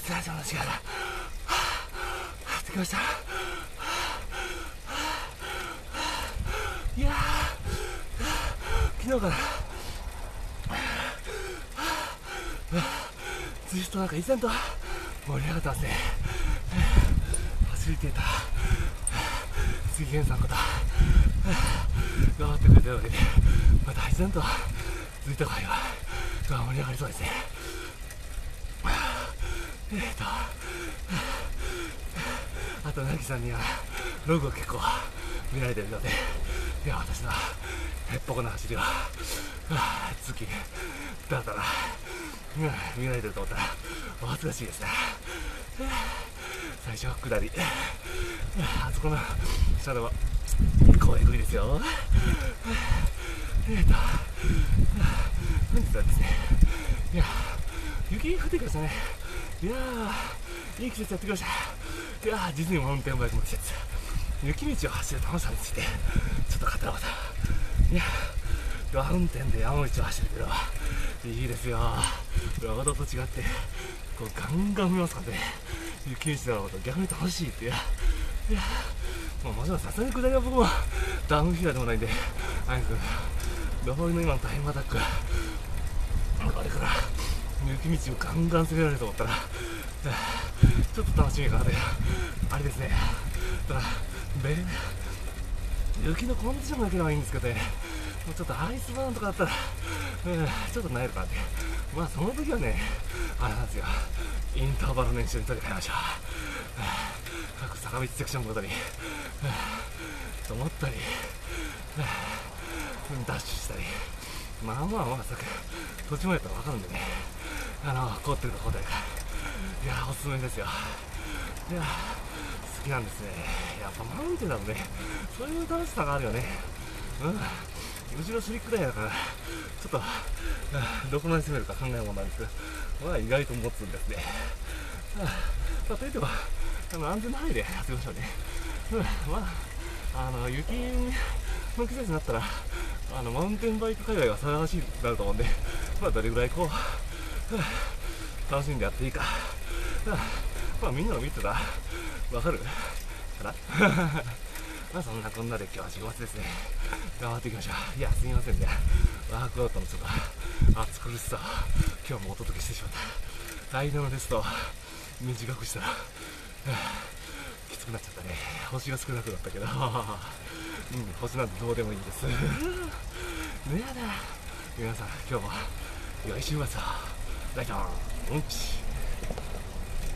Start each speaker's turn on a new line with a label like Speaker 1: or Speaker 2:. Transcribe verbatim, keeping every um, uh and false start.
Speaker 1: 最初の時間だ。できました。いやー、昨日からずっとなんか依然と盛り上がってますね。ファシリテーター杉源さんこと頑張ってくれてるわけで、また依然と続いた会話が盛り上がりそうですね。えーとあと、なぎさんにはログを結構見られてるので、いや、私のへっぽこな走りは月だったら見られてると思ったらお恥ずかしいですね。最初は下り、あそこの下ではこうえぐいですよ。えーと本日はですね、いや雪降ってきましたね。いやー、いい季節やってきました。いやー、実にマウンテンバイクの季節、雪道を走る楽しさについてちょっと語ろうと。いやー、マウンテンで山道を走るけどいいですよ。ロードと違ってこうガンガン見ますからね。雪道だろうと逆に楽しいっていう。いやー、もうもちろんさすがに下りは僕もダウンヒラーでもないんであれですけど、上りの今のタイムアタック、あれから雪道をガンガン攻められると思ったらちょっと楽しみかなというあれですね。ただべ雪のコンディションだけはいいんですけどね、もうちょっとアイスバーンとかだったら、うん、ちょっと萎えるかなって。まあその時はね、あれなんですよ、インターバル練習に取り替えましょう。各坂道セクションごとに止まったりダッシュしたり、まあまあまあさ途中までやったら分かるんでね、あの凍ってるとこで、いやーおすすめですよ。いやー好きなんですね。やっぱマウンテンだとね、そういう楽しさがあるよね。うん、後ろスリックラインだからちょっとどこまで攻めるか考えるものなんですけど、まあ意外と持つんですね。まあといってもあの安全な範囲でやってみましょうね。うん、まああの雪の季節になったらあのマウンテンバイク界隈が騒がしいになると思うんで、まあどれぐらいこう楽しんでやっていいか、まあみんなの見てたらわかるかな。まあそんなこんなで今日は仕事ですね。頑張っていきましょう。いやすみませんね、ワークアウトのちょっと暑苦しさ今日もお届けしてしまった。間のレスト短くしたらきつくなっちゃったね。星が少なくなったけどうん、星なんてどうでもいいですねえな。皆さん今日も良い週末を。ライトンうんち